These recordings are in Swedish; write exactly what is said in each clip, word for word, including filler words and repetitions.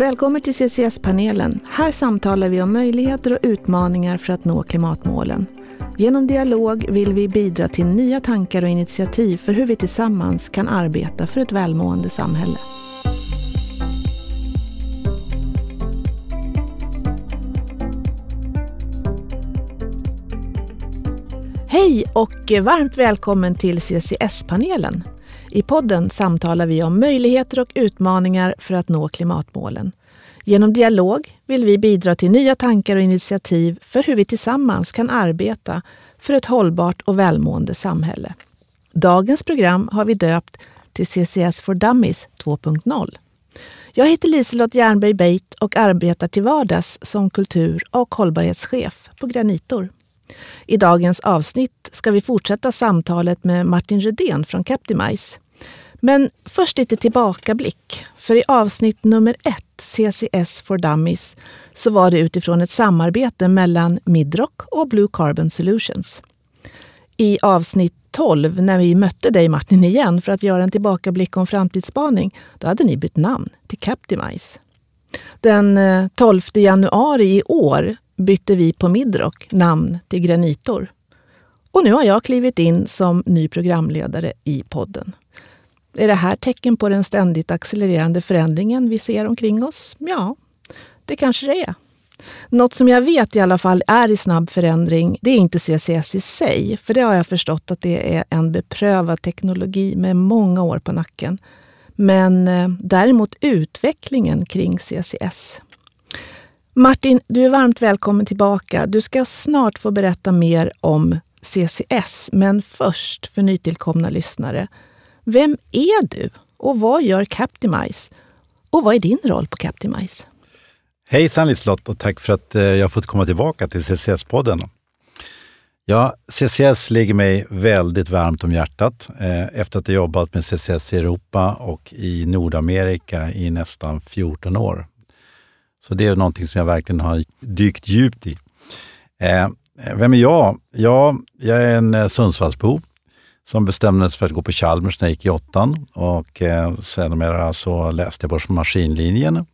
Välkommen till C C S-panelen. Här samtalar vi om möjligheter och utmaningar för att nå klimatmålen. Genom dialog vill vi bidra till nya tankar och initiativ för hur vi tillsammans kan arbeta för ett välmående samhälle. Hej och varmt välkommen till C C S-panelen. I podden samtalar vi om möjligheter och utmaningar för att nå klimatmålen. Genom dialog vill vi bidra till nya tankar och initiativ för hur vi tillsammans kan arbeta för ett hållbart och välmående samhälle. Dagens program har vi döpt till C C S for Dummies två punkt noll. Jag heter Liselott Jernberg Beit och arbetar till vardags som kultur- och hållbarhetschef på Granitor. I dagens avsnitt ska vi fortsätta samtalet med Martin Rydén från Captimize. Men först lite tillbakablick. För i avsnitt nummer ett, C C S for Dummies, så var det utifrån ett samarbete mellan Midrock och Blue Carbon Solutions. I avsnitt tolv, när vi mötte dig Martin igen för att göra en tillbakablick om framtidsspaning, då hade ni bytt namn till Captimize. Den tolfte januari i år bytte vi på Midrock namn till Granitor. Och nu har jag klivit in som ny programledare i podden. Är det här tecken på den ständigt accelererande förändringen vi ser omkring oss? Ja, det kanske det är. Något som jag vet i alla fall är i snabb förändring, det är inte C C S i sig. För det har jag förstått att det är en beprövad teknologi med många år på nacken. Men eh, däremot utvecklingen kring C C S. Martin, du är varmt välkommen tillbaka. Du ska snart få berätta mer om C C S, men först för nytillkomna lyssnare. Vem är du och vad gör Captimize? Och vad är din roll på Captimize? Hej Liselott och tack för att jag har fått komma tillbaka till C C S-podden. Ja, C C S ligger mig väldigt varmt om hjärtat efter att ha jobbat med C C S i Europa och i Nordamerika i nästan fjorton år. Så det är någonting som jag verkligen har dykt djupt i. Vem är jag? Ja, jag är en Sundsvallsbo som bestämdes för att gå på Chalmers när jag gick i åttan. Och eh, sen så läste jag på maskinlinjen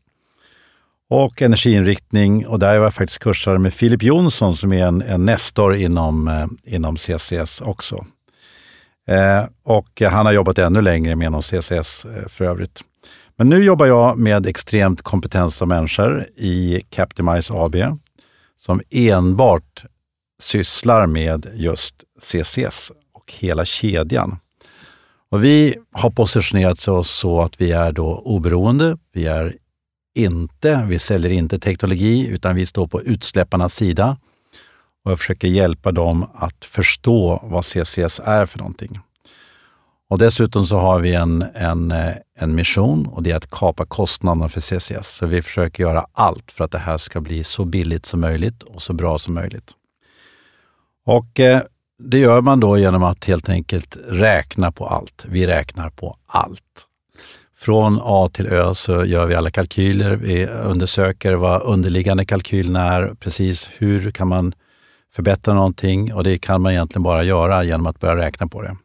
och energiinriktning. Och där var jag faktiskt kursare med Filip Jonsson som är en, en nestor inom, eh, inom C C S också. Eh, och han har jobbat ännu längre med inom C C S eh, för övrigt. Men nu jobbar jag med extremt kompetenta människor i Captimize A B som enbart sysslar med just C C S och hela kedjan. Och vi har positionerat oss så att vi är då oberoende. Vi är inte, vi säljer inte teknologi utan vi står på utsläpparnas sida och jag försöker hjälpa dem att förstå vad C C S är för någonting. Och dessutom så har vi en, en, en mission och det är att kapa kostnaderna för C C S. Så vi försöker göra allt för att det här ska bli så billigt som möjligt och så bra som möjligt. Och eh, det gör man då genom att helt enkelt räkna på allt. Vi räknar på allt. Från A till Ö så gör vi alla kalkyler. Vi undersöker vad underliggande kalkylen är. Precis hur kan man förbättra någonting. Och det kan man egentligen bara göra genom att börja räkna på det.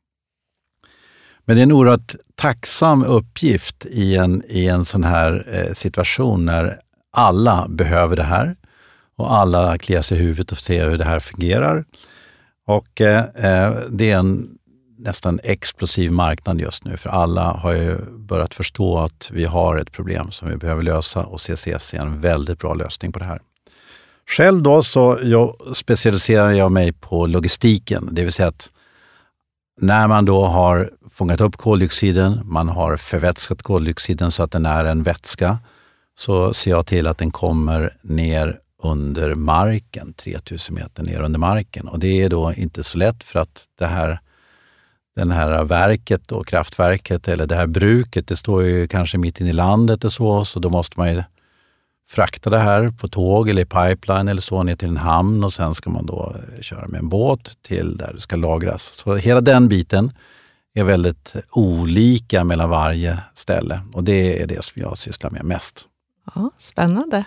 Men det är en oerhört tacksam uppgift i en, i en sån här eh, situation när alla behöver det här. Och alla kliar sig i huvudet och ser hur det här fungerar. Och eh, det är en nästan explosiv marknad just nu. För alla har ju börjat förstå att vi har ett problem som vi behöver lösa. Och C C S är en väldigt bra lösning på det här. Själv då så jag specialiserar jag mig på logistiken. Det vill säga att när man då har fångat upp koldioxiden, man har förvätskat koldioxiden så att den är en vätska. Så ser jag till att den kommer ner under marken, tre tusen meter ner under marken. Och det är då inte så lätt för att det här, den här verket och kraftverket eller det här bruket, det står ju kanske mitt in i landet och så, så då måste man ju frakta det här på tåg eller i pipeline eller så ner till en hamn och sen ska man då köra med en båt till där det ska lagras. Så hela den biten är väldigt olika mellan varje ställe och det är det som jag sysslar med mest. Ja, spännande.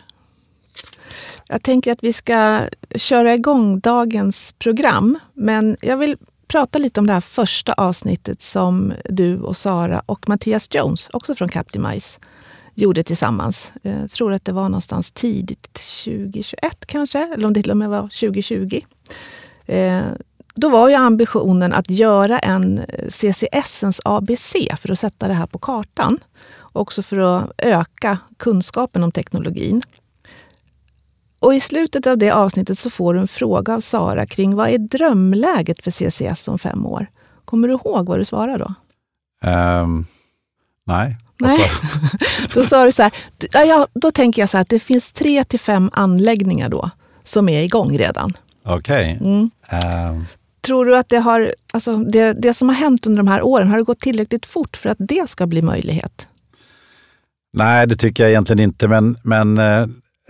Jag tänker att vi ska köra igång dagens program, men jag vill prata lite om det här första avsnittet som du och Sara och Mattias Jones, också från Captimize, gjorde tillsammans. Jag tror att det var någonstans tidigt tjugohundratjugoett kanske, eller om det till och med var tjugohundratjugo. Då var ju ambitionen att göra en C C S:ens A B C för att sätta det här på kartan. Också för att öka kunskapen om teknologin. Och i slutet av det avsnittet så får du en fråga av Sara kring vad är drömläget för C C S om fem år? Kommer du ihåg vad du svarar då? Um, nej. Nej. Då sa du så här, ja, då tänker jag så här att det finns tre till fem anläggningar då som är igång redan. Okej. Okay. Mm. Um. Tror du att det har, alltså det, det som har hänt under de här åren, har det gått tillräckligt fort för att det ska bli möjlighet? Nej, det tycker jag egentligen inte, men, men eh,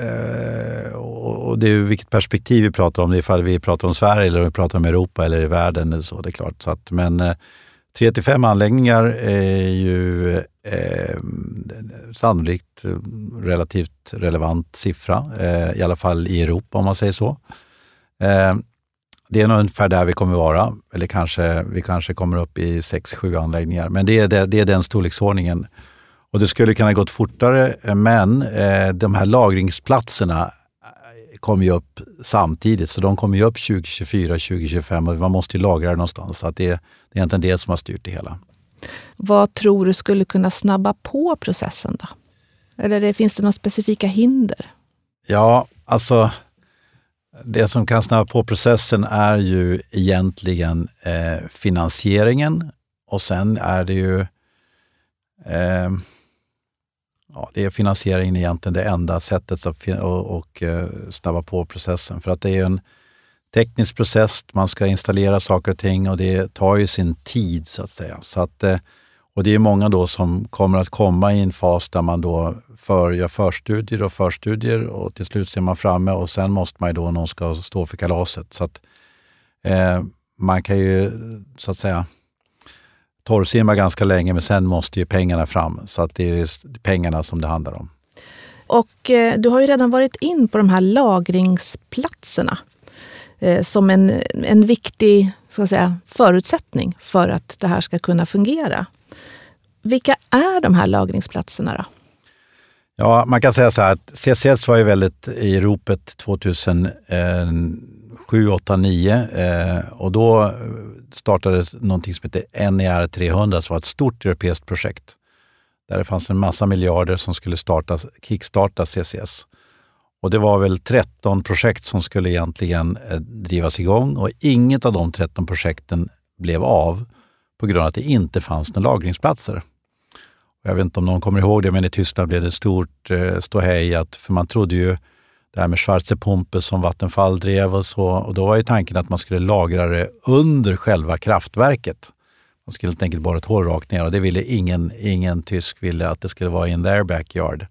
och det är ju vilket perspektiv vi pratar om, det är ifall vi pratar om Sverige eller om vi pratar om Europa eller i världen eller så, det är klart. Så att, men eh, tre till fem anläggningar är ju eh, sannolikt relativt relevant siffra, eh, i alla fall i Europa om man säger så. Eh, det är nog ungefär där vi kommer vara, eller kanske, vi kanske kommer upp i sex sju anläggningar, men det är, det, det är den storleksordningen. Och det skulle kunna gått fortare, men eh, de här lagringsplatserna kommer ju upp samtidigt. Så de kommer ju upp tjugo tjugofyra tjugo tjugofem och man måste ju lagra det någonstans. Så att det, det är egentligen det som har styrt det hela. Vad tror du skulle kunna snabba på processen då? Eller det, finns det några specifika hinder? Ja, alltså det som kan snabba på processen är ju egentligen eh, finansieringen. Och sen är det ju eh, ja, det är finansieringen egentligen det enda sättet att fin- och, och eh, snabba på processen. För att det är en teknisk process, man ska installera saker och ting och det tar ju sin tid så att säga. Så att, eh, och det är många då som kommer att komma i en fas där man då för, gör förstudier och förstudier och till slut ser man framme och sen måste man ju då någon ska stå för kalaset. Så att eh, man kan ju så att säga torrsimma ganska länge, men sen måste ju pengarna fram. Så att det är pengarna som det handlar om. Och eh, du har ju redan varit in på de här lagringsplatserna eh, som en, en viktig ska jag säga, förutsättning för att det här ska kunna fungera. Vilka är de här lagringsplatserna då? Ja, man kan säga så här att C C S var ju väldigt i ropet tjugohundrasju, åtta, nio eh, och då startades någonting som heter N E R trehundra som var ett stort europeiskt projekt. Där det fanns en massa miljarder som skulle startas, kickstarta C C S. Och det var väl tretton projekt som skulle egentligen eh, drivas igång och inget av de tretton projekten blev av på grund av att det inte fanns några lagringsplatser. Jag vet inte om någon kommer ihåg det, men i Tyskland blev det stort eh, ståhej att, för man trodde ju det här med Schwarze Pumpe som Vattenfall drev och så, och då var ju tanken att man skulle lagra det under själva kraftverket. Man skulle helt enkelt bara ett hål rakt ner och det ville ingen, ingen tysk ville att det skulle vara in their backyard.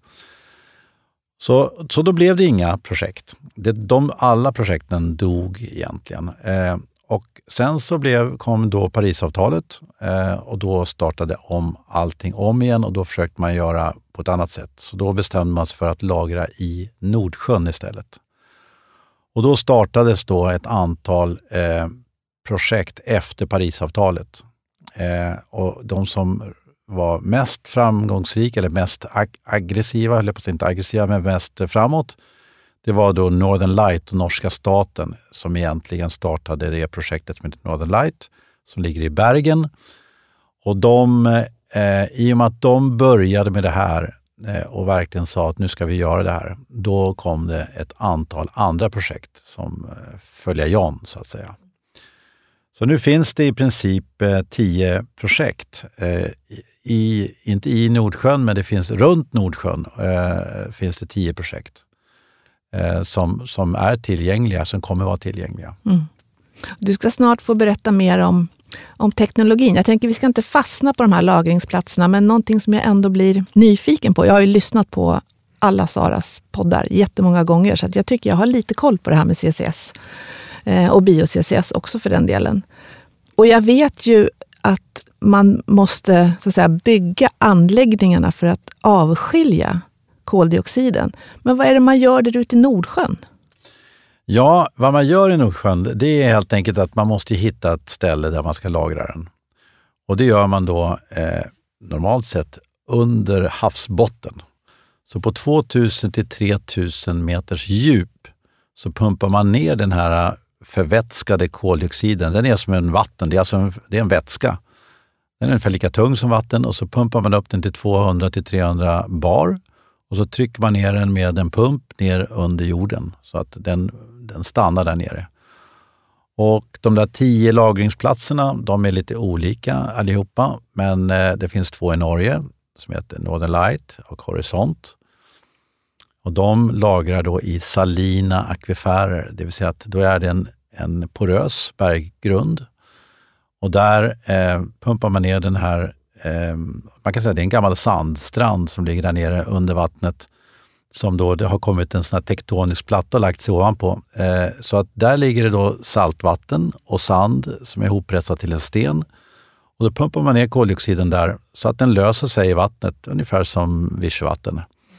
Så, så då blev det inga projekt. Det, de, alla projekten dog egentligen. Eh, Och sen så blev, kom då Parisavtalet eh, och då startade om allting om igen och då försökte man göra på ett annat sätt. Så då bestämde man sig för att lagra i Nordsjön istället. Och då startades då ett antal eh, projekt efter Parisavtalet. Eh, och de som var mest framgångsrika eller mest ag- aggressiva, eller på inte aggressiva men mest framåt, det var då Northern Light och norska staten som egentligen startade det projektet som heter Northern Light som ligger i Bergen. Och de, eh, i och med att de började med det här eh, och verkligen sa att nu ska vi göra det här, då kom det ett antal andra projekt som eh, följer John så att säga. Så nu finns det i princip eh, tio projekt, eh, i, inte i Nordsjön men det finns runt Nordsjön eh, finns det tio projekt. Som, som är tillgängliga, som kommer vara tillgängliga. Mm. Du ska snart få berätta mer om, om teknologin. Jag tänker vi ska inte fastna på de här lagringsplatserna, men någonting som jag ändå blir nyfiken på. Jag har ju lyssnat på alla Saras poddar jättemånga gånger, så att jag tycker jag har lite koll på det här med C C S. Eh, och bio-C C S också för den delen. Och jag vet ju att man måste så att säga, bygga anläggningarna för att avskilja koldioxiden. Men vad är det man gör där ute i Nordsjön? Ja, vad man gör i Nordsjön, det är helt enkelt att man måste hitta ett ställe där man ska lagra den. Och det gör man då eh, normalt sett under havsbotten. Så på tvåtusen till tre tusen meters djup så pumpar man ner den här förvätskade koldioxiden. Den är som en vatten, det är alltså en, det är en vätska. Den är ungefär lika tung som vatten och så pumpar man upp den till tvåhundra till trehundra bar och så trycker man ner den med en pump ner under jorden så att den, den stannar där nere. Och de där tio lagringsplatserna, de är lite olika allihopa, men det finns två i Norge som heter Northern Light och Horisont. Och de lagrar då i salina akvifärer, det vill säga att då är det en, en porös berggrund. Och där eh, pumpar man ner den här, eh, man kan säga att det är en gammal sandstrand som ligger där nere under vattnet. Som då det har kommit en sån här tektonisk platta och lagt sig ovanpå. Eh, så att där ligger det då saltvatten och sand som är ihoppressat till en sten. Och då pumpar man ner koldioxiden där så att den löser sig i vattnet, ungefär som vichyvatten.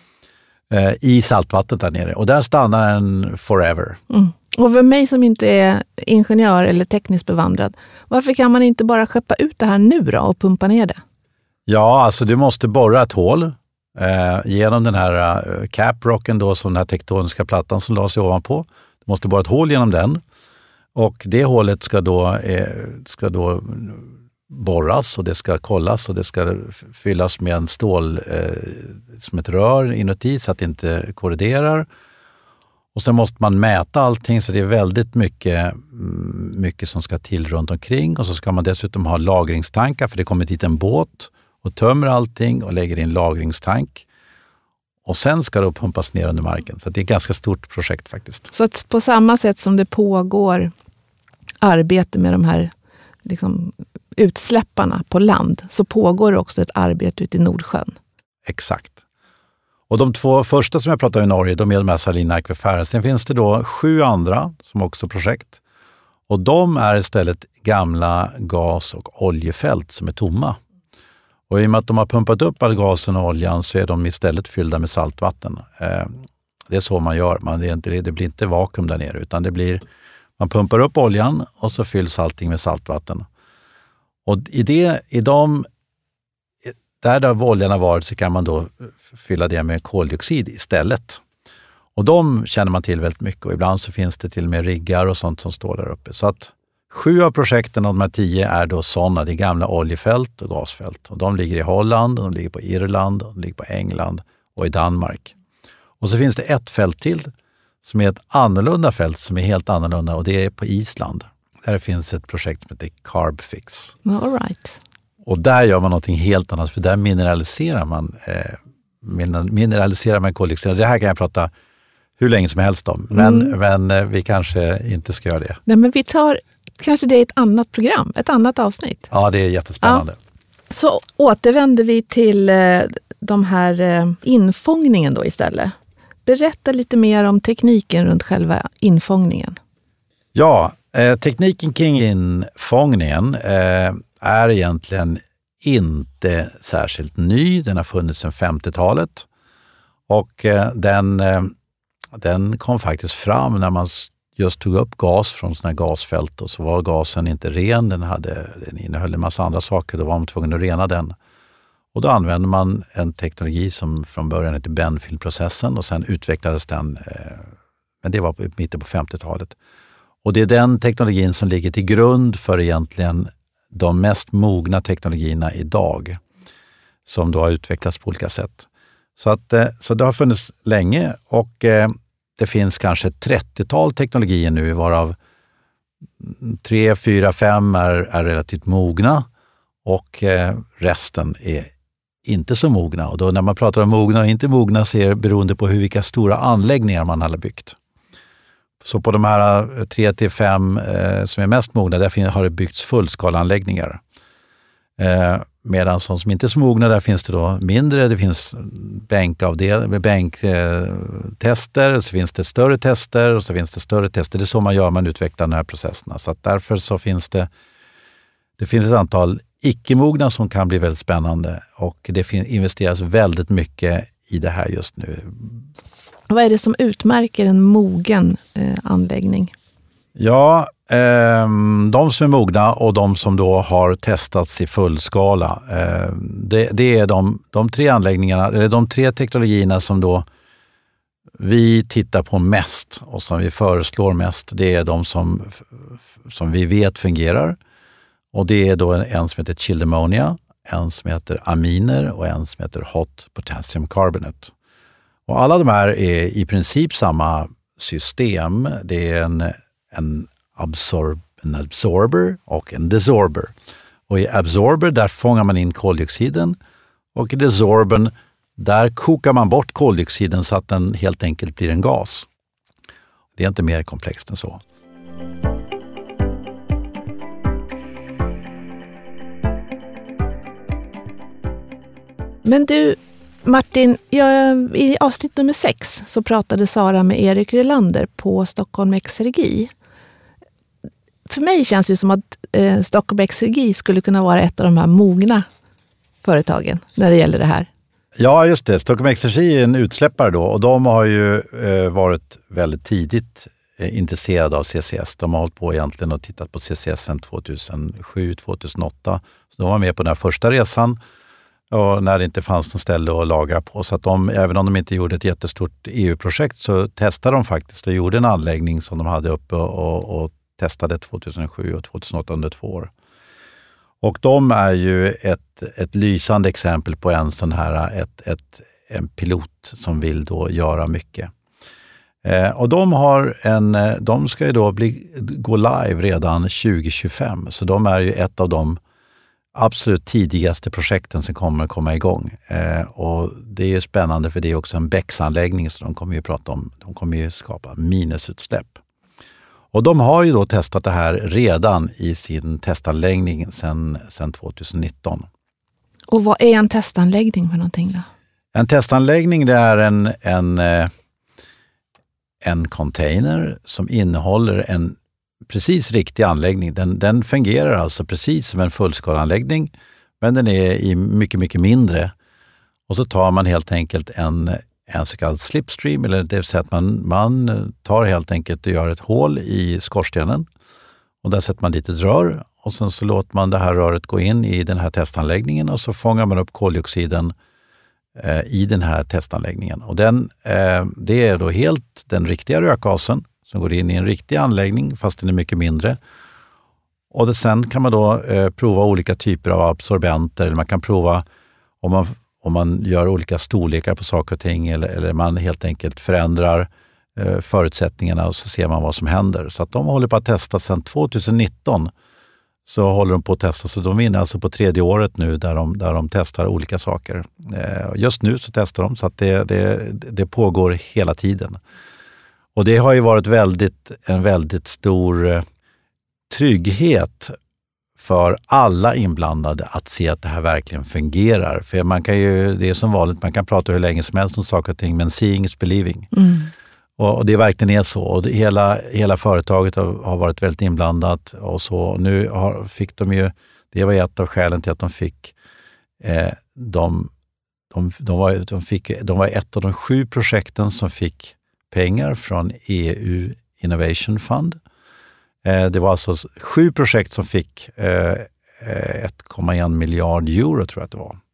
Eh, I saltvattnet där nere. Och där stannar den forever. Mm. Och för mig som inte är ingenjör eller tekniskt bevandrad, varför kan man inte bara skeppa ut det här nu då och pumpa ner det? Ja, alltså du måste borra ett hål eh, genom den här eh, caprocken då, som den här tektoniska plattan som la sig ovanpå. Du måste borra ett hål genom den och det hålet ska då, eh, ska då borras och det ska kollas och det ska fyllas med en stål eh, som ett rör inuti så att det inte korroderar. Och sen måste man mäta allting så det är väldigt mycket, mycket som ska till runt omkring. Och så ska man dessutom ha lagringstankar för det kommer dit en båt och tömmer allting och lägger in lagringstank. Och sen ska det pumpas ner under marken. Så det är ett ganska stort projekt faktiskt. Så att på samma sätt som det pågår arbete med de här liksom, utsläpparna på land så pågår också ett arbete ute i Nordsjön. Exakt. Och de två första som jag pratade om i Norge, de är de här salina akvifärer. Sen finns det då sju andra som också projekt. Och de är istället gamla gas- och oljefält som är tomma. Och i och med att de har pumpat upp all gasen och oljan så är de istället fyllda med saltvatten. Eh, det är så man gör. Man, det, är inte, det blir inte vakuum där nere utan det blir, man pumpar upp oljan och så fylls allting med saltvatten. Och i, det, i de Där där oljan har varit så kan man då fylla det med koldioxid istället. Och de känner man till väldigt mycket och ibland så finns det till och med riggar och sånt som står där uppe. Så att sju av projekten av de här tio är då sådana, det är gamla oljefält och gasfält. Och de ligger i Holland, de ligger på Irland, de ligger på England och i Danmark. Och så finns det ett fält till som är ett annorlunda fält som är helt annorlunda och det är på Island. Där finns ett projekt som heter Carbfix. All right. Och där gör man någonting helt annat för där mineraliserar man eh, mineraliserar man koldioxid. Det här kan jag prata hur länge som helst om. Men, mm. men eh, vi kanske inte ska göra det. Nej, men vi tar kanske det är ett annat program, ett annat avsnitt. Ja, det är jättespännande. Ja. Så återvänder vi till eh, de här eh, infångningen då istället. Berätta lite mer om tekniken runt själva infångningen. Ja, eh, tekniken kring infångningen eh, är egentligen inte särskilt ny. Den har funnits sedan femtiotalet och eh, den, eh, den kom faktiskt fram när man just tog upp gas från sådana gasfält och så var gasen inte ren. Den, hade, den innehöll en massa andra saker, då var man tvungen att rena den. Och då använde man en teknologi som från början hette Benfieldprocessen och sen utvecklades den, eh, men det var på, mitten på femtiotalet. Och det är den teknologin som ligger till grund för egentligen de mest mogna teknologierna idag som då har utvecklats på olika sätt. Så, att, så det har funnits länge och eh, det finns kanske ett trettiotal teknologier nu varav tre, fyra, fem är, är relativt mogna och eh, resten är inte så mogna. Och då när man pratar om mogna och inte mogna så är det beroende på hur vilka stora anläggningar man har byggt. Så på de här tre till fem eh, som är mest mogna, där har det byggts fullskalaanläggningar. Eh, medan som, som inte är så mogna, där finns det då mindre. Det finns bänkavdel, bänktester, eh, så finns det större tester och så finns det större tester. Det är så man gör, man utvecklar de här processerna. Så att därför så finns det, det finns ett antal icke-mogna som kan bli väldigt spännande. Och det fin- investeras väldigt mycket i det här just nu. Vad är det som utmärker en mogen eh, anläggning? Ja, eh, de som är mogna och de som då har testats i fullskala. Eh, det, det är de, de tre anläggningarna, eller de tre teknologierna som då vi tittar på mest och som vi föreslår mest. Det är de som, som vi vet fungerar. Och det är då en som heter chilled ammonia, en som heter aminer och en som heter hot potassium carbonate. Och alla de här är i princip samma system. Det är en, en, absorb, en absorber och en desorber. Och i absorber där fångar man in koldioxiden och i desorbern där kokar man bort koldioxiden så att den helt enkelt blir en gas. Det är inte mer komplext än så. Men du, Martin, jag, i avsnitt nummer sex så pratade Sara med Erik Rylander på Stockholm Exergi. För mig känns det som att eh, Stockholm Exergi skulle kunna vara ett av de här mogna företagen när det gäller det här. Ja, just det. Stockholm Exergi är en utsläppare då och de har ju eh, varit väldigt tidigt eh, intresserade av C C S. De har hållit på egentligen och tittat på C C S sedan tjugohundrasju tjugohundraåtta. Så de var med på den här första resan. Och när det inte fanns någon ställe att lagra på. Så att de, även om de inte gjorde ett jättestort E U-projekt så testade de faktiskt och gjorde en anläggning som de hade uppe och, och testade tjugohundrasju och tjugohundraåtta under två år. Och de är ju ett, ett lysande exempel på en sån här ett, ett, en pilot som vill då göra mycket. Eh, och de, har en, de ska ju då bli, gå live redan tjugo tjugofem. Så de är ju ett av de absolut tidigaste projekten som kommer komma igång. Eh, och det är spännande för det är också en B E C S-anläggning så de kommer ju prata om, de kommer ju skapa minusutsläpp. Och de har ju då testat det här redan i sin testanläggning sedan, sedan tjugonitton. Och vad är en testanläggning för någonting då? En testanläggning det är en, en, en container som innehåller en precis riktig anläggning. Den, den fungerar alltså precis som en fullskalanläggning men den är i mycket, mycket mindre. Och så tar man helt enkelt en, en så kallad slipstream, eller det vill säga att man, man tar helt enkelt och gör ett hål i skorstenen och där sätter man dit ett rör och sen så låter man det här röret gå in i den här testanläggningen och så fångar man upp koldioxiden eh, i den här testanläggningen. Och den, eh, det är då helt den riktiga rökgasen som går in i en riktig anläggning fast den är mycket mindre. Och det, sen kan man då eh, prova olika typer av absorbenter eller man kan prova om man, om man gör olika storlekar på saker och ting eller, eller man helt enkelt förändrar eh, förutsättningarna och så ser man vad som händer. Så att de håller på att testa sedan tjugonitton så håller de på att testa så de vinner alltså på tredje året nu där de, där de testar olika saker. Eh, just nu så testar de så att det, det, det pågår hela tiden. Och det har ju varit väldigt, en väldigt stor eh, trygghet för alla inblandade att se att det här verkligen fungerar. För man kan ju, det är som vanligt, man kan prata hur länge som helst om saker och ting, men seeing is believing. Mm. Och, och det verkligen är så. Och det, hela, hela företaget har, har varit väldigt inblandat och så. Nu har, fick de ju, det var ett av skälen till att de fick, eh, de, de, de, var, de, fick, de var ett av de sju projekten som fick pengar från E U Innovation Fund. Eh, det var alltså sju projekt som fick eh, ett komma en miljard euro tror jag att det var.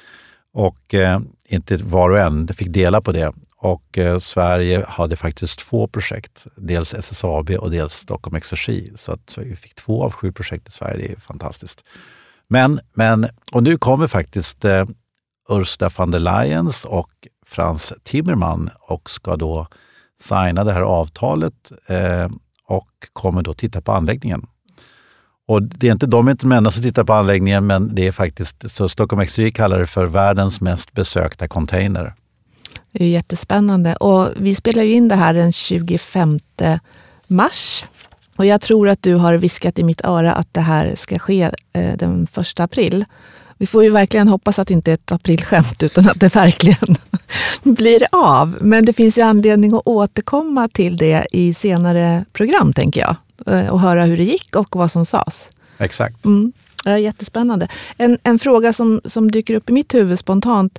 Och eh, inte var och en, det fick dela på det. Och eh, Sverige hade faktiskt två projekt, dels S S A B och dels Stockholm Exergi. Så att så vi fick två av sju projekt i Sverige, det är fantastiskt. Men, men och nu kommer faktiskt eh, Ursula von der Leyen och Frans Timmermans och ska då signa det här avtalet eh, och kommer då titta på anläggningen. Och det är inte de är inte de enda som tittar på anläggningen men det är faktiskt, så Stockholm Exergi kallar det för världens mest besökta container. Det är jättespännande och vi spelar ju in det här den tjugofemte mars och jag tror att du har viskat i mitt öra att det här ska ske eh, den första april. Vi får ju verkligen hoppas att det inte är ett aprilskämt utan att det verkligen blir av. Men det finns ju anledning att återkomma till det i senare program tänker jag. Och höra hur det gick och vad som sades. Exakt. Mm. Ja, jättespännande. En, en fråga som, som dyker upp i mitt huvud spontant.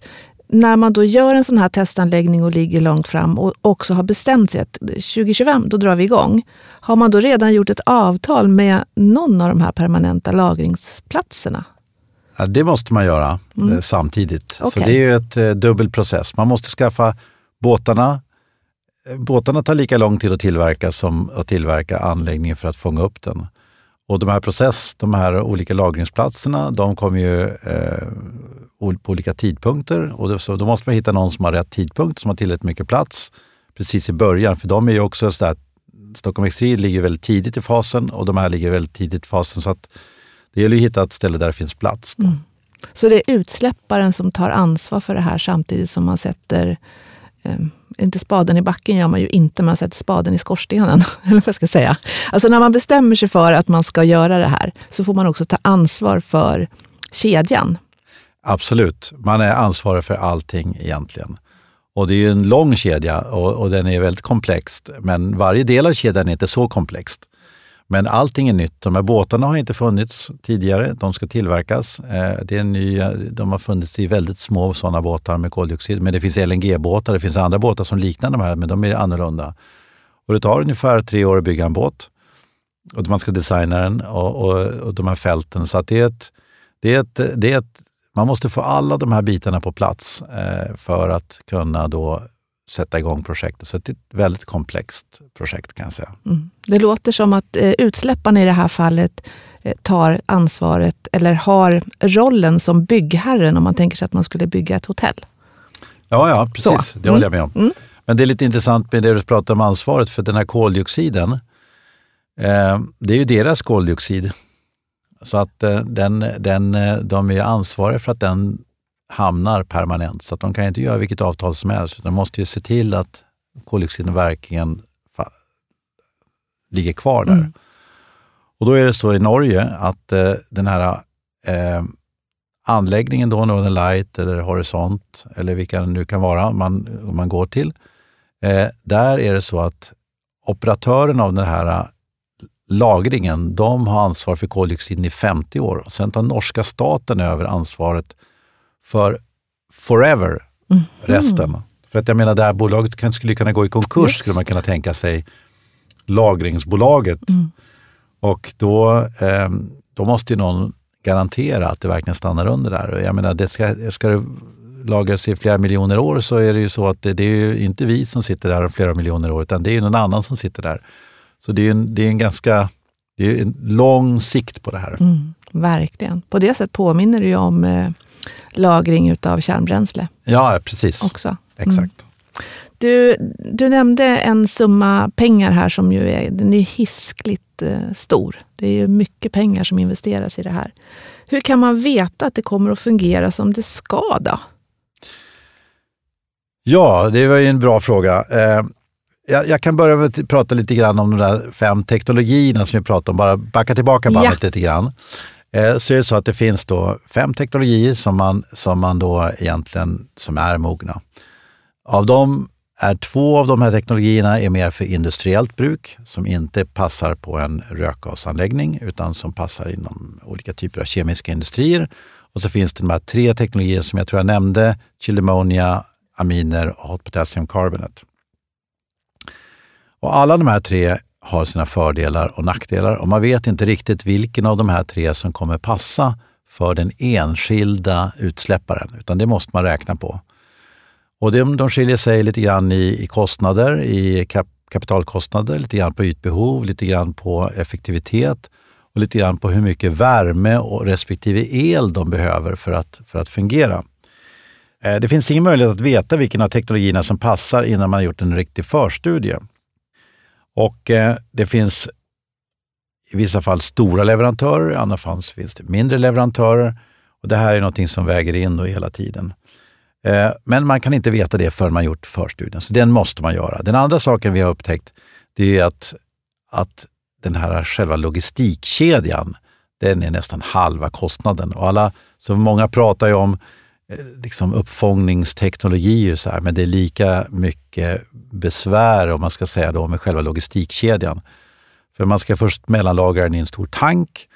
när man då gör en sån här testanläggning och ligger långt fram och också har bestämt sig att tjugo tjugofem, då drar vi igång. Har man då redan gjort ett avtal med någon av de här permanenta lagringsplatserna? Ja, det måste man göra mm. samtidigt. Okay. Så det är ju ett eh, dubbel process. Man måste skaffa båtarna. Båtarna tar lika lång tid att tillverka som att tillverka anläggningen för att fånga upp den. Och de här process, de här olika lagringsplatserna, de kommer ju eh, på olika tidpunkter. Och då, så då måste man hitta någon som har rätt tidpunkt, som har tillräckligt mycket plats precis i början. För de är ju också så där, Stockholm Extreme ligger väldigt tidigt i fasen och de här ligger väldigt tidigt i fasen. Så att det gäller att hitta ett ställe där det finns plats. Då. Mm. Så det är utsläpparen som tar ansvar för det här samtidigt som man sätter, eh, inte spaden i backen gör man ju inte, man sätter spaden i skorstenen. Eller vad jag ska säga. Alltså när man bestämmer sig för att man ska göra det här så får man också ta ansvar för kedjan. Absolut, man är ansvarig för allting egentligen. Och det är ju en lång kedja och, och den är väldigt komplex. Men varje del av kedjan är inte så komplext. Men allting är nytt. De här båtarna har inte funnits tidigare. De ska tillverkas. Det är nya, de har funnits i väldigt små sådana båtar med koldioxid. Men det finns L N G-båtar. Det finns andra båtar som liknar de här, men de är annorlunda. Och det tar ungefär tre år att bygga en båt. Och man ska designa den och, och, och de här fälten. Så att det är ett, det är ett, det är ett, man måste få alla de här bitarna på plats eh, för att kunna då sätta igång projektet. Så det är ett väldigt komplext projekt kan jag säga. Mm. Det låter som att eh, utsläpparna i det här fallet eh, tar ansvaret eller har rollen som byggherren om man tänker sig att man skulle bygga ett hotell. Ja, ja precis. Så. Det håller jag med om. Mm. Men det är lite intressant med det du pratar om ansvaret för den här koldioxiden. Eh, det är ju deras koldioxid. Så att eh, den, den, de är ansvariga för att den hamnar permanent. Så att de kan inte göra vilket avtal som helst. De måste ju se till att koldioxiden verkligen fa- ligger kvar där. Mm. Och då är det så i Norge att eh, den här eh, anläggningen då, Northern Light eller Horisont eller vilka det nu kan vara man, man går till. Eh, där är det så att operatören av den här lagringen, de har ansvar för koldioxiden i femtio år. Och sen tar norska staten över ansvaret för forever mm. resten. För att jag menar, det här bolaget kan, skulle kunna gå i konkurs, yes. skulle man kunna tänka sig lagringsbolaget. Mm. Och då, eh, då måste ju någon garantera att det verkligen stannar under där. Och jag menar, det ska, ska det lagras i flera miljoner år så är det ju så att det, det är ju inte vi som sitter där om flera miljoner år, utan det är ju någon annan som sitter där. Så det är en, det är en ganska det är en lång sikt på det här. Mm, verkligen. På det sättet påminner det ju om eh, lagring utav kärnbränsle. Ja, precis. Också. Exakt. Mm. Du, du nämnde en summa pengar här som ju är, den är hiskligt eh, stor. Det är ju mycket pengar som investeras i det här. Hur kan man veta att det kommer att fungera som det ska då? Ja, det var ju en bra fråga. Eh, jag, jag kan börja med att prata lite grann om de där fem teknologierna som vi pratade om. Bara backa tillbaka bandet ja. lite grann. Eh, så är det så att det finns då fem teknologier som man, som man då egentligen som är mogna. Av dem är två av de här teknologierna är mer för industriellt bruk som inte passar på en rökgasanläggning utan som passar inom olika typer av kemiska industrier. Och så finns det de här tre teknologier som jag tror jag nämnde, chilled ammonia, aminer och hot potassium carbonate. Och alla de här tre har sina fördelar och nackdelar och man vet inte riktigt vilken av de här tre som kommer passa för den enskilda utsläpparen, utan det måste man räkna på. Och de, de skiljer sig lite grann i, i kostnader, i kap, kapitalkostnader, lite grann på ytbehov, lite grann på effektivitet och lite grann på hur mycket värme och respektive el de behöver för att, för att fungera. Eh, det finns ingen möjlighet att veta vilken av teknologierna som passar innan man har gjort en riktig förstudie. Och eh, det finns i vissa fall stora leverantörer, i andra fall finns det mindre leverantörer och det här är något som väger in då hela tiden. Men man kan inte veta det förrän man gjort förstudien. Så den måste man göra. Den andra saken vi har upptäckt det är att, att den här själva logistikkedjan den är nästan halva kostnaden. Och alla, så många pratar ju om liksom uppfångningsteknologier så här, men det är lika mycket besvär om man ska säga då med själva logistikkedjan. För man ska först mellanlagra den i en stor tank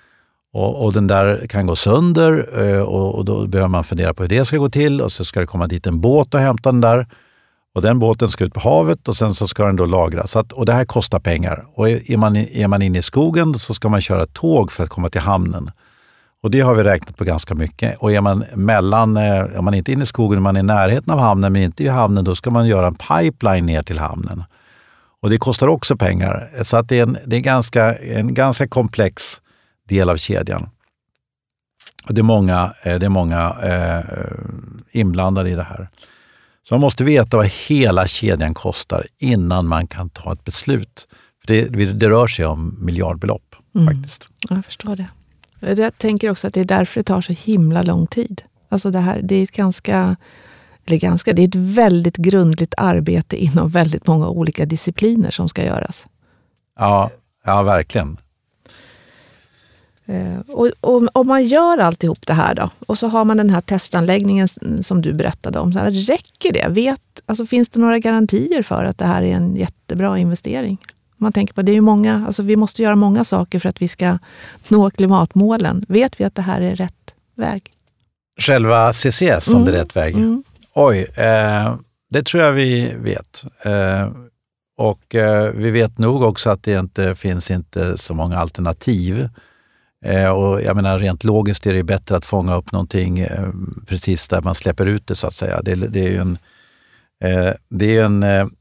Och, och den där kan gå sönder och, och då behöver man fundera på hur det ska gå till. Och så ska det komma dit en båt och hämta den där. Och den båten ska ut på havet och sen så ska den då lagras. Så att, och det här kostar pengar. Och är man, är man inne i skogen så ska man köra tåg för att komma till hamnen. Och det har vi räknat på ganska mycket. Och är man mellan, är man inte inne i skogen, man är i närheten av hamnen men inte i hamnen, då ska man göra en pipeline ner till hamnen. Och det kostar också pengar. Så att det är en, det är ganska, en ganska komplex del av kedjan. Och det är många, det är många eh, inblandade i det här. Så man måste veta vad hela kedjan kostar innan man kan ta ett beslut. För det, det rör sig om miljardbelopp mm. faktiskt. Jag förstår det. Jag tänker också att det är därför det tar så himla lång tid. Alltså det här, det är ett ganska, eller ganska, det är ett väldigt grundligt arbete inom väldigt många olika discipliner som ska göras. Ja, ja verkligen. Och, och om man gör alltihop det här då, och så har man den här testanläggningen som du berättade om, så här, räcker det? Vet, alltså finns det några garantier för att det här är en jättebra investering? Man tänker på det är ju många, alltså vi måste göra många saker för att vi ska nå klimatmålen. Vet vi att det här är rätt väg? Själva C C S som mm. det är rätt väg? Mm. Oj, eh, det tror jag vi vet. Eh, och eh, vi vet nog också att det inte finns inte så många alternativ. Eh, och jag menar rent logiskt är det bättre att fånga upp någonting eh, precis där man släpper ut det så att säga. Det, det är ju en... Eh, det är en eh,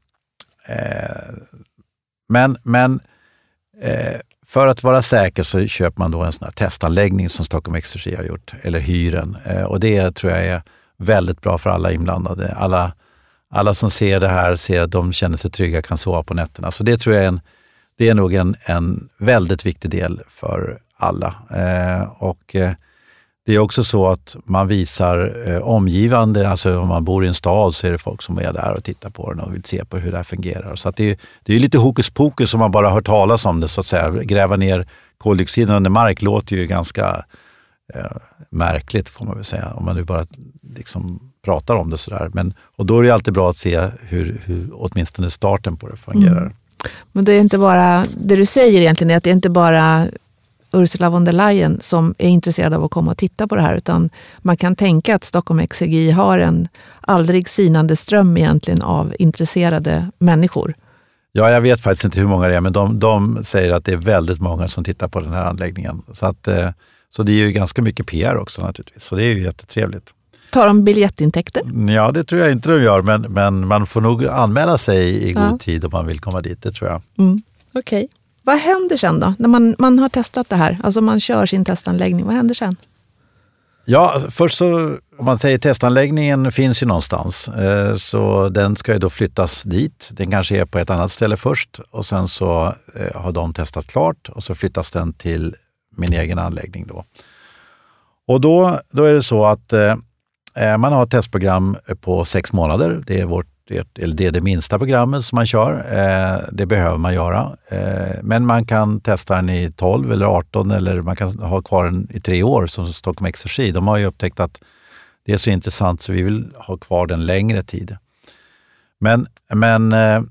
men men eh, för att vara säker så köper man då en sån här testanläggning som Stockholm Exergi har gjort, eller hyren. Eh, och det tror jag är väldigt bra för alla inblandade. Alla, alla som ser det här ser att de känner sig trygga, kan sova på nätterna. Så det tror jag är, en, det är nog en, en väldigt viktig del för alla. Eh, och eh, det är också så att man visar eh, omgivande, alltså om man bor i en stad så är det folk som är där och tittar på den och vill se på hur det här fungerar. Så att det, är, det är lite hokus pokus som man bara hört talas om det så att säga. Gräva ner koldioxiden under mark låter ju ganska eh, märkligt får man väl säga, om man nu bara liksom pratar om det sådär. Men, och då är det alltid bra att se hur, hur åtminstone starten på det fungerar. Mm. Men det är inte bara, det du säger egentligen är att det är inte bara Ursula von der Leyen som är intresserad av att komma och titta på det här, utan man kan tänka att Stockholm Exergi har en aldrig sinande ström egentligen av intresserade människor. Ja, jag vet faktiskt inte hur många det är, men de, de säger att det är väldigt många som tittar på den här anläggningen. Så, att, så det är ju ganska mycket P R också naturligtvis, så det är ju jättetrevligt. Tar de biljettintäkter? Ja, det tror jag inte de gör, men, men man får nog anmäla sig i god ja. tid om man vill komma dit, det tror jag. Mm. Okej. Okay. Vad händer sen då? När man, man har testat det här, alltså man kör sin testanläggning, vad händer sen? Ja, först så, om man säger testanläggningen finns ju någonstans. Eh, så den ska ju då flyttas dit. Den kanske är på ett annat ställe först och sen så eh, har de testat klart och så flyttas den till min egen anläggning då. Och då, då är det så att eh, man har ett testprogram på sex månader. Det är vårt eller det är det minsta programmet som man kör. Eh, det behöver man göra. Eh, men man kan testa den i tolv eller arton eller man kan ha kvar den i tre år som Stockholm Exergi. De har ju upptäckt att det är så intressant så vi vill ha kvar den längre tid. Men, men eh,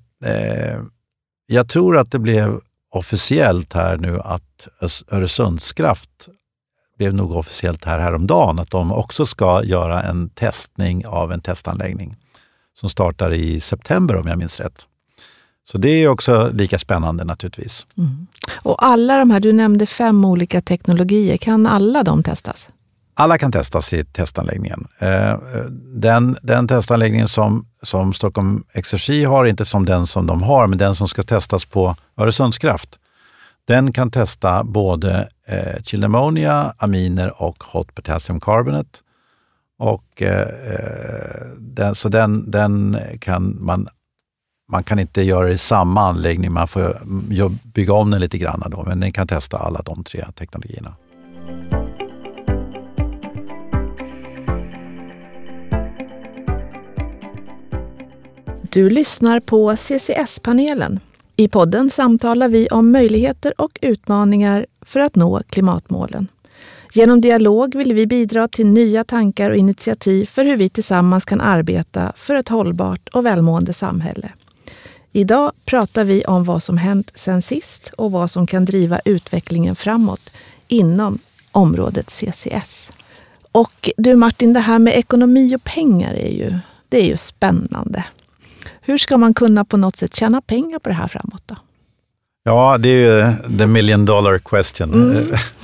jag tror att det blev officiellt här nu att Öresundskraft blev nog officiellt här häromdagen att de också ska göra en testning av en testanläggning som startar i september om jag minns rätt. Så det är också lika spännande naturligtvis. Mm. Och alla de här, du nämnde fem olika teknologier, kan alla de testas? Alla kan testas i testanläggningen. Den, den testanläggningen som, som Stockholm Exergi har, inte som den som de har, men den som ska testas på Öresundskraft. Den kan testa både eh, chilled ammonia, aminer och hot potassium carbonate. Och eh, den, så den, den kan man, man kan inte göra det i samma anläggning, man får bygga om den lite grann då, men den kan testa alla de tre teknologierna. Du lyssnar på C C S-panelen. I podden samtalar vi om möjligheter och utmaningar för att nå klimatmålen. Genom dialog vill vi bidra till nya tankar och initiativ för hur vi tillsammans kan arbeta för ett hållbart och välmående samhälle. Idag pratar vi om vad som hänt sen sist och vad som kan driva utvecklingen framåt inom området C C S. Och du Martin, det här med ekonomi och pengar är ju, det är ju spännande. Hur ska man kunna på något sätt tjäna pengar på det här framåt då? Ja, det är ju the million dollar question. Mm.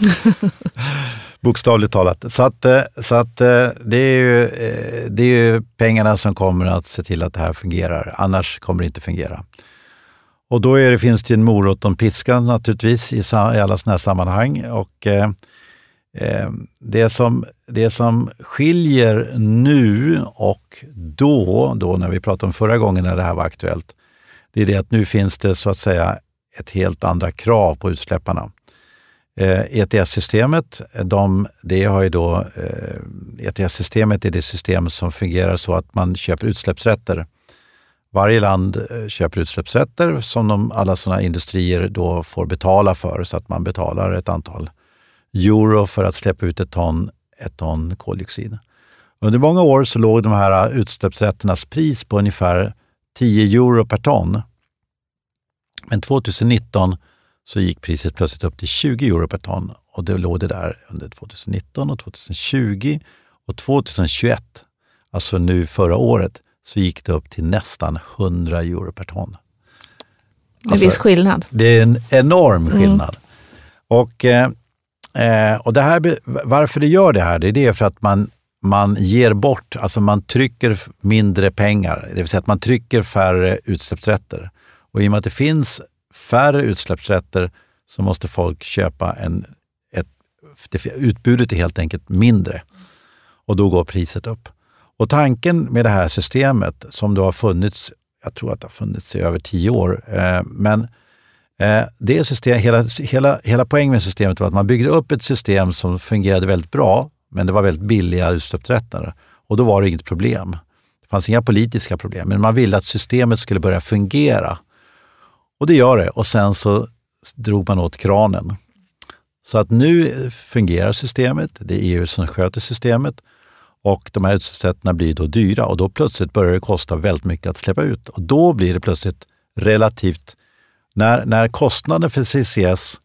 Bokstavligt talat. Så att, så att det, är ju, det är ju pengarna som kommer att se till att det här fungerar. Annars kommer det inte fungera. Och då är det, finns det en morot och en piska naturligtvis i, i alla sådana här sammanhang. Och eh, det, som, det som skiljer nu och då, då när vi pratade om förra gången när det här var aktuellt, det är det att nu finns det så att säga ett helt andra krav på utsläpparna. E T S-systemet, de, det har ju då, E T S-systemet är det system som fungerar så att man köper utsläppsrätter. Varje land köper utsläppsrätter som de, alla sådana industrier då får betala för, så att man betalar ett antal euro för att släppa ut ett ton, ett ton koldioxid. Under många år så låg de här utsläppsrätternas pris på ungefär tio euro per ton. Men tjugonitton så gick priset plötsligt upp till tjugo euro per ton, och det låg det där under tjugonitton och tjugotjugo och tjugohundratjugoett, alltså nu förra året, så gick det upp till nästan hundra euro per ton. Det är alltså, viss skillnad. Det är en enorm skillnad. Mm. Och, eh, och det här, varför det gör det här, det är det för att man, man ger bort, alltså man trycker mindre pengar, det vill säga att man trycker färre utsläppsrätter. Och i och med att det finns färre utsläppsrätter så måste folk köpa en, ett, det, utbudet är helt enkelt mindre, och då går priset upp. Och tanken med det här systemet som då har funnits, jag tror att det har funnits i över tio år, eh, men eh, det system, hela, hela, hela poängen med systemet var att man byggde upp ett system som fungerade väldigt bra, men det var väldigt billiga utsläppsrätter, och då var det inget problem. Det fanns inga politiska problem, men man ville att systemet skulle börja fungera. Och det gör det, och sen så drog man åt kranen. Så att nu fungerar systemet, det är E U som sköter systemet, och de här utsläppsrätterna blir då dyra, och då plötsligt börjar det kosta väldigt mycket att släppa ut. Och då blir det plötsligt relativt, när, när kostnaden för C C S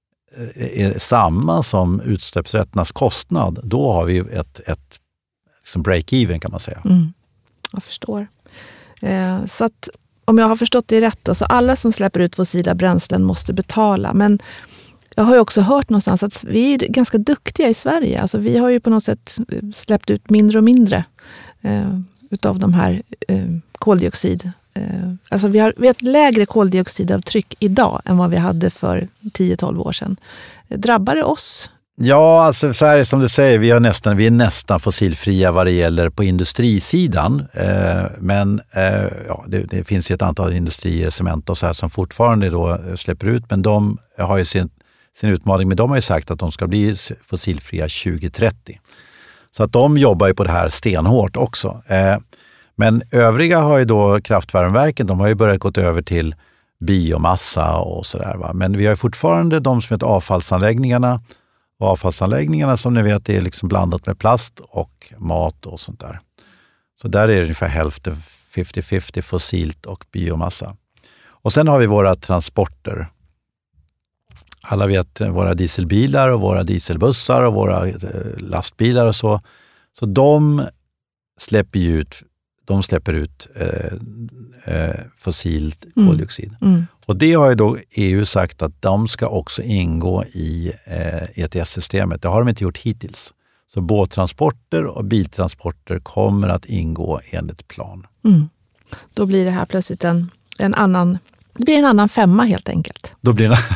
är samma som utsläppsrätternas kostnad, då har vi ett, ett liksom break-even kan man säga. Mm, jag förstår. Eh, så att om jag har förstått det rätt, så alla som släpper ut fossila bränslen måste betala. Men jag har ju också hört någonstans att vi är ganska duktiga i Sverige. Alltså vi har ju på något sätt släppt ut mindre och mindre eh, utav de här eh, koldioxid. Eh, alltså vi har, vi har ett lägre koldioxidavtryck idag än vad vi hade för tio till tolv år sedan. Drabbar det oss? Ja, alltså så här som du säger, vi, har nästan, vi är nästan fossilfria vad det gäller på industrisidan. Eh, men eh, ja, det, det finns ju ett antal industrier, cement och så här, som fortfarande då släpper ut. Men de har ju sin, sin utmaning, men de har ju sagt att de ska bli fossilfria tjugo trettio. Så att de jobbar ju på det här stenhårt också. Eh, men övriga har ju då kraftvärmeverken, de har ju börjat gått över till biomassa och sådär. Va? Men vi har ju fortfarande de som heter avfallsanläggningarna. Och avfallsanläggningarna som ni vet är liksom blandat med plast och mat och sånt där. Så där är det ungefär hälften femtio femtio fossilt och biomassa. Och sen har vi våra transporter. Alla vet våra dieselbilar och våra dieselbussar och våra lastbilar och så. Så de släpper ut, de släpper ut eh, eh, fossilt koldioxid. Mm. Mm. Och det har ju då E U sagt att de ska också ingå i eh, E T S-systemet. Det har de inte gjort hittills. Så båttransporter och biltransporter kommer att ingå enligt plan. Mm. Då blir det här plötsligt en, en annan... Det blir en annan femma helt enkelt. Då blir det...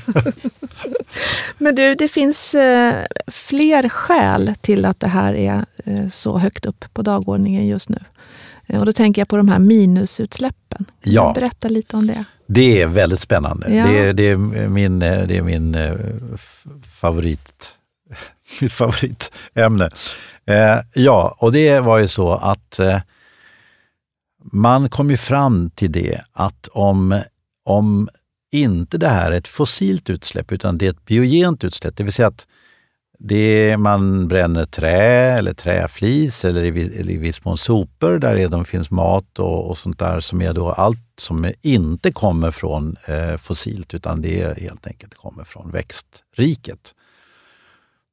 Men du, det finns eh, fler skäl till att det här är eh, så högt upp på dagordningen just nu. Eh, och då tänker jag på de här minusutsläppen. Ja. Berätta lite om det. Det är väldigt spännande. Ja. Det, är, det, är min, det är min eh, favorit, mitt favoritämne. Eh, ja, och det var ju så att eh, man kom ju fram till det att om, om inte det här är ett fossilt utsläpp utan det är ett biogent utsläpp, det vill säga att det man bränner trä eller träflis eller i, eller i viss mån sopor där redan finns mat och, och sånt där som är då allt som inte kommer från eh, fossilt utan det helt enkelt kommer från växtriket.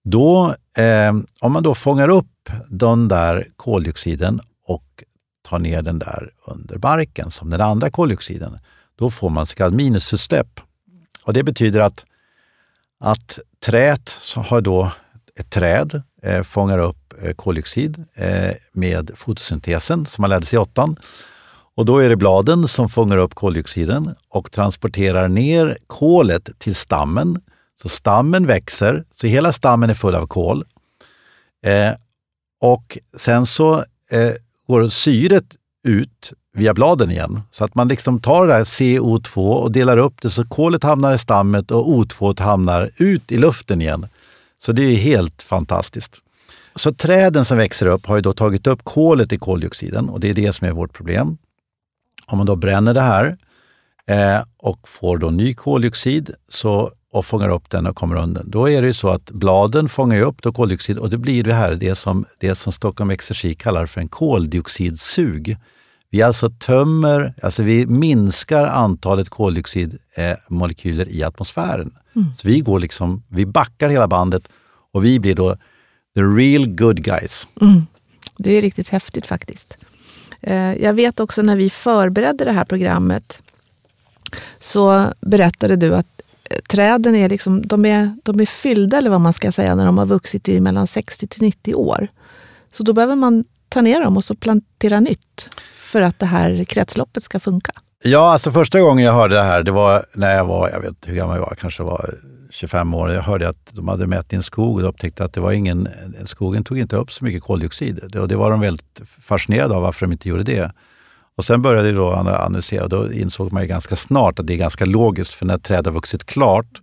Då, eh, om man då fångar upp den där koldioxiden och tar ner den där under marken som den andra koldioxiden, då får man så kallad minusutsläpp. Och det betyder att, att träet som har då ett träd eh, fångar upp eh, koldioxid eh, med fotosyntesen som man lärde sig i åttan. Och då är det bladen som fångar upp koldioxiden och transporterar ner kolet till stammen. Så stammen växer, så hela stammen är full av kol. Eh, och sen så eh, går syret ut via bladen igen. Så att man liksom tar det här C O två och delar upp det så kolet hamnar i stammet och O två hamnar ut i luften igen. Så det är helt fantastiskt. Så träden som växer upp har ju då tagit upp kolet i koldioxiden och det är det som är vårt problem. Om man då bränner det här eh, och får då ny koldioxid så, och fångar upp den och kommer undan, då är det ju så att bladen fångar upp då koldioxid och det blir det här det som, det som Stockholm Exergi kallar för en koldioxidsug. Vi alltså tömmer, alltså vi minskar antalet koldioxidmolekyler i atmosfären. Mm. Så vi går liksom, vi backar hela bandet och vi blir då the real good guys. Mm. Det är riktigt häftigt faktiskt. Jag vet också när vi förberedde det här programmet så berättade du att träden är liksom, de är, de är fyllda eller vad man ska säga när de har vuxit i mellan sextio till nittio år. Så då behöver man ta ner dem och så plantera nytt för att det här kretsloppet ska funka. Ja, alltså första gången jag hörde det här, det var när jag var, jag vet hur gammal jag var, kanske var tjugofem år. Jag hörde att de hade mätt i en skog och upptäckte att det var ingen, skogen tog inte upp så mycket koldioxid. Och det var de väldigt fascinerade av varför de inte gjorde det. Och sen började jag då analysera och då insåg man ju ganska snart att det är ganska logiskt för när trädet har vuxit klart,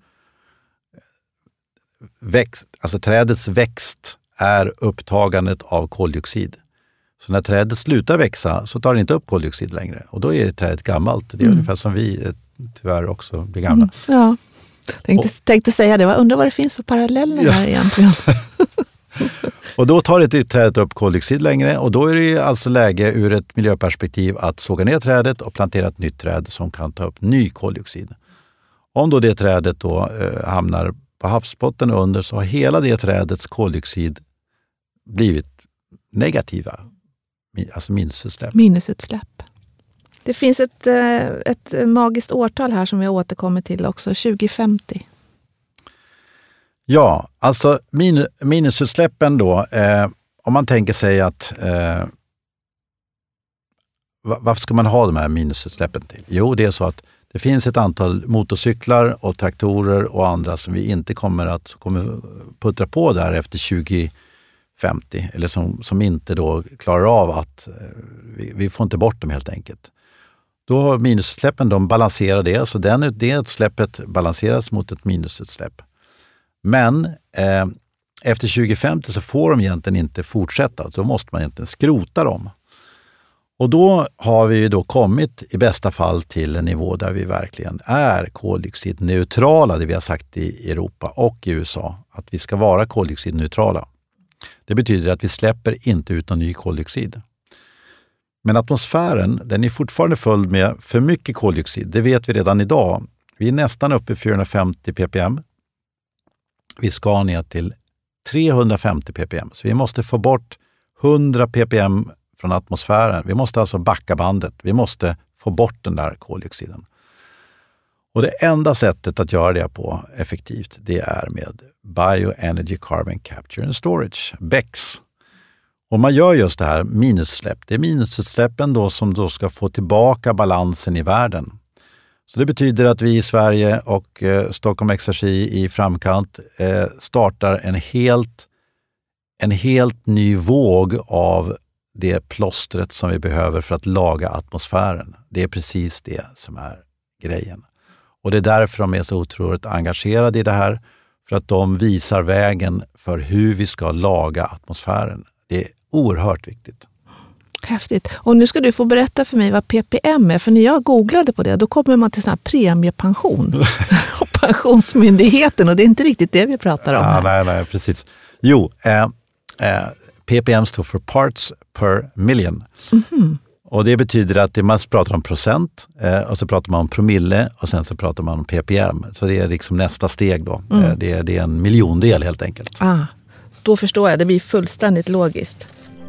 växt, alltså trädets växt är upptagandet av koldioxid. Så när trädet slutar växa så tar det inte upp koldioxid längre. Och då är trädet gammalt. Det är mm. ungefär som vi tyvärr också blir gamla. Mm. Ja, tänkte, och, tänkte säga det. Jag undrar vad det finns för paralleller ja. här egentligen. Och då tar inte trädet upp koldioxid längre. Och då är det alltså läge ur ett miljöperspektiv att såga ner trädet och plantera ett nytt träd som kan ta upp ny koldioxid. Om då det trädet då eh, hamnar på havsbotten under så har hela det trädets koldioxid blivit negativa. Alltså minusutsläpp. Minusutsläpp. Det finns ett, ett magiskt årtal här som jag återkommer till också, tjugo femtio. Ja, alltså min, minusutsläppen då, eh, om man tänker sig att eh, varför ska man ha de här minusutsläppen till? Jo, det är så att det finns ett antal motorcyklar och traktorer och andra som vi inte kommer att kommer puttra på där efter tjugo femtio eller som, som inte då klarar av att vi, vi får inte bort dem helt enkelt. Då har minusutsläppen, de balanserar det, så den, det utsläppet balanseras mot ett minusutsläpp. Men eh, efter tjugo femtio så får de egentligen inte fortsätta, så måste man egentligen skrota dem. Och då har vi ju då kommit i bästa fall till en nivå där vi verkligen är koldioxidneutrala, det vi har sagt i Europa och i U S A, att vi ska vara koldioxidneutrala. Det betyder att vi släpper inte ut någon ny koldioxid. Men atmosfären, den är fortfarande full med för mycket koldioxid. Det vet vi redan idag. Vi är nästan uppe i fyrahundrafemtio ppm. Vi ska ner till trehundrafemtio ppm. Så vi måste få bort hundra ppm från atmosfären. Vi måste alltså backa bandet. Vi måste få bort den där koldioxiden. Och det enda sättet att göra det på effektivt, det är med Bioenergy Carbon Capture and Storage, B E C S. Och man gör just det här minusutsläpp. Det är minusutsläppen då som då ska få tillbaka balansen i världen. Så det betyder att vi i Sverige och eh, Stockholm Exergi i framkant eh, startar en helt, en helt ny våg av det plåstret som vi behöver för att laga atmosfären. Det är precis det som är grejen. Och det är därför de är så otroligt engagerade i det här. För att de visar vägen för hur vi ska laga atmosfären. Det är oerhört viktigt. Häftigt. Och nu ska du få berätta för mig vad P P M är. För när jag googlade på det, då kommer man till sån här premiepension. Och Pensionsmyndigheten. Och det är inte riktigt det vi pratar om. Ja, nej, nej, precis. Jo, eh, eh, P P M står för Parts per Million. Mm-hmm. Och det betyder att det man pratar om procent eh, och så pratar man om promille och sen så pratar man om ppm. Så det är liksom nästa steg då. Mm. Eh, det, är, det är en miljondel helt enkelt. Ah, då förstår jag, det blir fullständigt logiskt.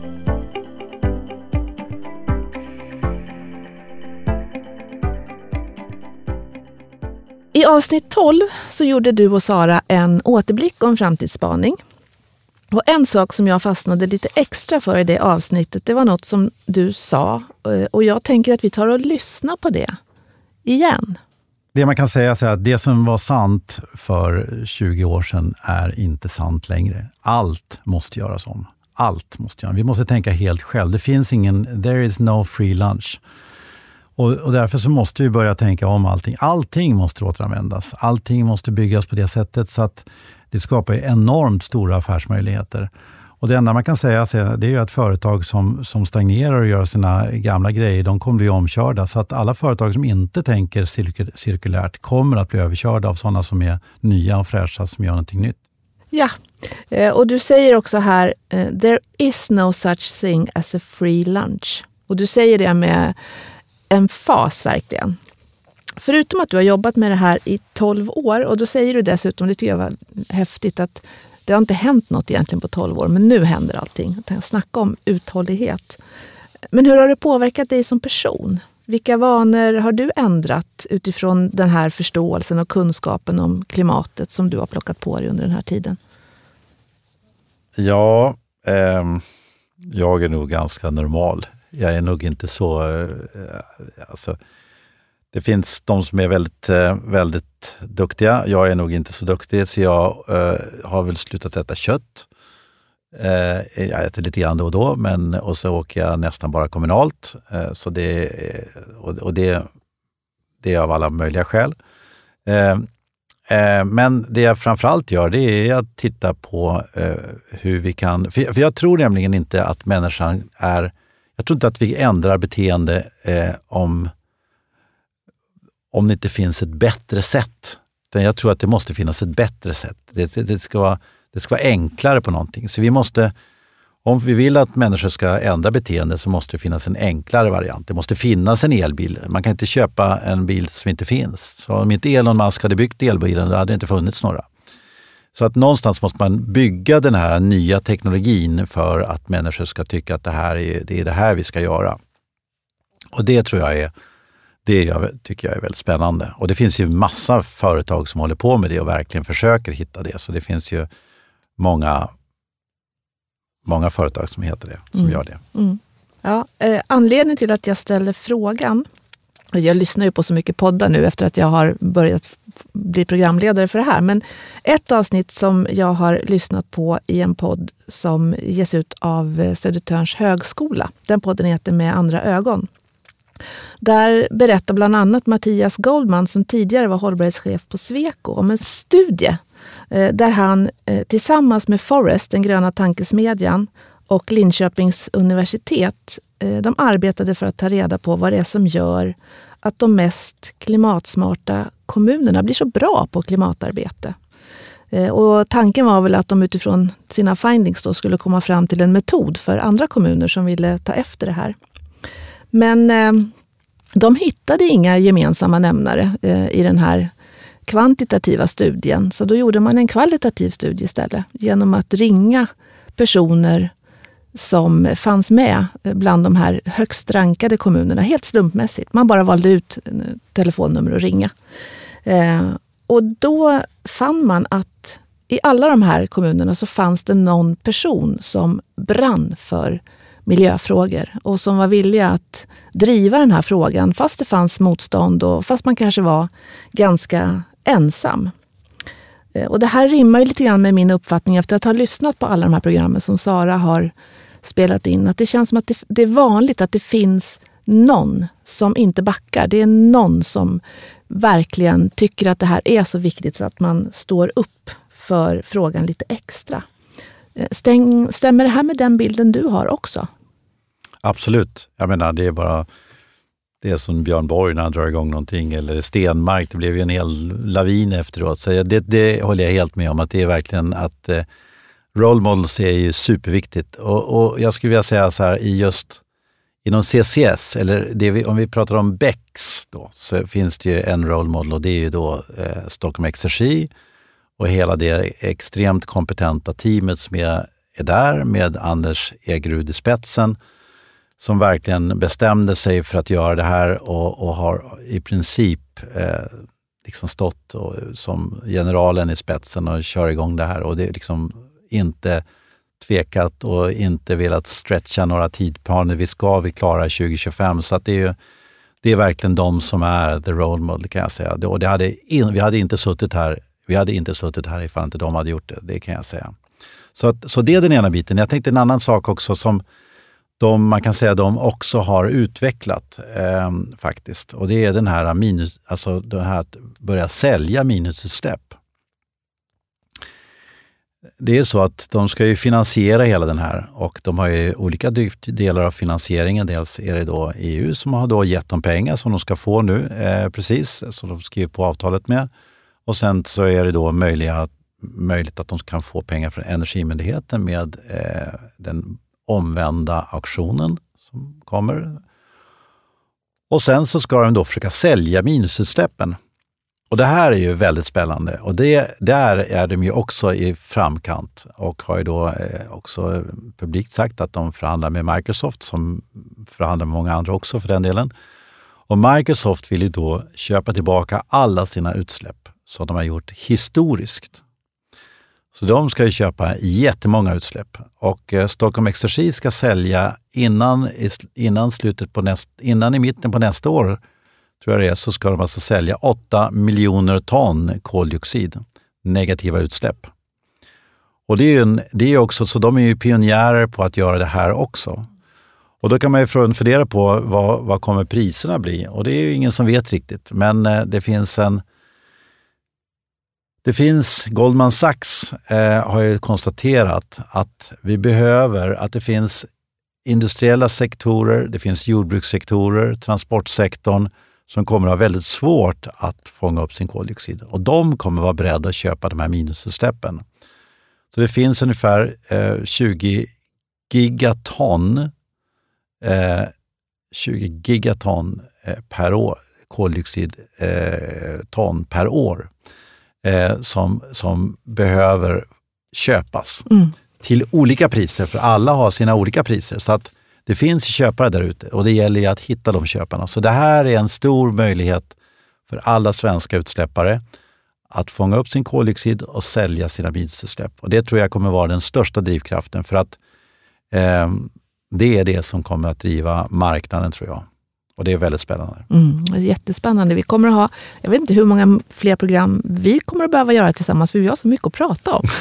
I avsnitt tolv så gjorde du och Sara en återblick om framtidsspaning. Och en sak som jag fastnade lite extra för i det avsnittet, det var något som du sa. Och jag tänker att vi tar och lyssnar på det igen. Det man kan säga är att det som var sant för tjugo år sedan är inte sant längre. Allt måste göras om. Allt måste göras. Vi måste tänka helt själv. Det finns ingen, there is no free lunch. Och, och därför så måste vi börja tänka om allting. Allting måste återanvändas. Allting måste byggas på det sättet så att det skapar enormt stora affärsmöjligheter. Och det enda man kan säga det är ju att företag som, som stagnerar och gör sina gamla grejer, de kommer bli omkörda. Så att alla företag som inte tänker cirkul- cirkulärt kommer att bli överkörda av sådana som är nya och fräscha som gör någonting nytt. Ja, och du säger också här, there is no such thing as a free lunch. Och du säger det med en fas verkligen. Förutom att du har jobbat med det här i tolv år, och då säger du dessutom, det tycker jag var häftigt, att det har inte hänt något egentligen på tolv år, men nu händer allting. Jag snacka om uthållighet. Men hur har det påverkat dig som person? Vilka vanor har du ändrat utifrån den här förståelsen och kunskapen om klimatet som du har plockat på dig under den här tiden? Ja, eh, jag är nog ganska normal. Jag är nog inte så... Eh, alltså, det finns de som är väldigt, väldigt duktiga. Jag är nog inte så duktig, så jag eh, har väl slutat äta kött. Eh, jag äter lite grann då och då, men, och så åker jag nästan bara kommunalt. Eh, så det, och, och det, det är av alla möjliga skäl. Eh, eh, men det jag framförallt gör, det är att titta på eh, hur vi kan... För, för jag tror nämligen inte att människan är... Jag tror inte att vi ändrar beteende eh, om... om det inte finns ett bättre sätt. Jag tror att det måste finnas ett bättre sätt. Det, det, ska vara, det ska vara enklare på någonting. Så vi måste, om vi vill att människor ska ändra beteende, så måste det finnas en enklare variant. Det måste finnas en elbil. Man kan inte köpa en bil som inte finns. Så om inte Elon Musk hade byggt elbilen, då hade det inte funnits några. Så att någonstans måste man bygga den här nya teknologin för att människor ska tycka att det här är det, är det här vi ska göra. Och det tror jag är Det jag, tycker jag är väldigt spännande. Och det finns ju massa företag som håller på med det och verkligen försöker hitta det. Så det finns ju många, många företag som heter det, som mm. gör det. Mm. Ja, eh, anledningen till att jag ställer frågan, jag lyssnar ju på så mycket poddar nu efter att jag har börjat bli programledare för det här. Men ett avsnitt som jag har lyssnat på i en podd som ges ut av Södertörns högskola. Den podden heter Med andra ögon. Där berättar bland annat Mattias Goldman, som tidigare var hållbarhetschef på Sweco, om en studie där han tillsammans med Forest, den gröna tankesmedjan, och Linköpings universitet, de arbetade för att ta reda på vad det är som gör att de mest klimatsmarta kommunerna blir så bra på klimatarbete. Och tanken var väl att de utifrån sina findings då skulle komma fram till en metod för andra kommuner som ville ta efter det här. Men eh, de hittade inga gemensamma nämnare eh, i den här kvantitativa studien. Så då gjorde man en kvalitativ studie istället genom att ringa personer som fanns med bland de här högst rankade kommunerna helt slumpmässigt. Man bara valde ut telefonnummer och ringa. Eh, och då fann man att i alla de här kommunerna så fanns det någon person som brann för miljöfrågor och som var villiga att driva den här frågan fast det fanns motstånd och fast man kanske var ganska ensam. Och det här rimmar ju lite grann med min uppfattning efter att ha lyssnat på alla de här programmen som Sara har spelat in. Att det känns som att det, det är vanligt att det finns någon som inte backar. Det är någon som verkligen tycker att det här är så viktigt så att man står upp för frågan lite extra. Stäng, stämmer det här med den bilden du har också? Absolut. Jag menar, det är bara det är som Björn Borg när han drar igång någonting, eller Stenmark, det blev ju en hel lavin efteråt. Så det, det håller jag helt med om, att det är verkligen att eh, role models är ju superviktigt. Och, och jag skulle vilja säga så här, i just inom C C S, eller det vi, om vi pratar om B E X då, så finns det ju en role model och det är ju då eh, Stockholm Exergi och hela det extremt kompetenta teamet som är, är där med Anders Egerud i spetsen som verkligen bestämde sig för att göra det här och, och har i princip eh, liksom stått och, som generalen i spetsen och kör igång det här och det är liksom inte tvekat och inte velat stretcha några tidplaner. Vi ska vi klara tjugo tjugofem så att det är ju det är verkligen de som är the role model kan jag säga. Och det hade in, vi hade inte suttit här vi hade inte suttit här ifall inte de hade gjort det, det kan jag säga. Så, att, så det är den ena biten. Jag tänkte en annan sak också som de, man kan säga de också har utvecklat eh, faktiskt. Och det är den här minus, alltså den här att börja sälja minusutsläpp. Det är så att de ska ju finansiera hela den här och de har ju olika delar av finansieringen. Dels är det då E U som har då gett dem pengar som de ska få nu eh, precis, som de skriver på avtalet med. Och sen så är det då möjliga, möjligt att de kan få pengar från Energimyndigheten med eh, den omvända auktionen som kommer. Och sen så ska de då försöka sälja minusutsläppen. Och det här är ju väldigt spännande och det, där är de ju också i framkant och har ju då eh, också publikt sagt att de förhandlar med Microsoft som förhandlar med många andra också för den delen. Och Microsoft vill ju då köpa tillbaka alla sina utsläpp som de har gjort historiskt. Så de ska ju köpa jättemånga utsläpp och eh, Stockholm Exergi ska sälja innan, innan, slutet på näst, innan i mitten på nästa år tror jag det är, så ska de alltså sälja åtta miljoner ton koldioxid, negativa utsläpp. Och det är ju en, det är också, så de är ju pionjärer på att göra det här också. Och då kan man ju fundera på vad, vad kommer priserna bli? Och det är ju ingen som vet riktigt, men eh, det finns en Det finns, Goldman Sachs eh, har ju konstaterat att vi behöver, att det finns industriella sektorer, det finns jordbrukssektorer, transportsektorn som kommer att ha väldigt svårt att fånga upp sin koldioxid. Och de kommer vara beredda att köpa de här minusutsläppen. Så det finns ungefär eh, tjugo gigaton, eh, tjugo gigaton eh, per år, koldioxid eh, ton per år. Eh, som, som behöver köpas mm. till olika priser, för alla har sina olika priser. Så att det finns köpare där ute och det gäller ju att hitta de köparna. Så det här är en stor möjlighet för alla svenska utsläppare att fånga upp sin koldioxid och sälja sina minusutsläpp. Och det tror jag kommer vara den största drivkraften för att eh, det är det som kommer att driva marknaden tror jag. Och det är väldigt spännande. Mm, jättespännande. Vi kommer att ha, jag vet inte hur många fler program vi kommer att behöva göra tillsammans för vi har så mycket att prata om.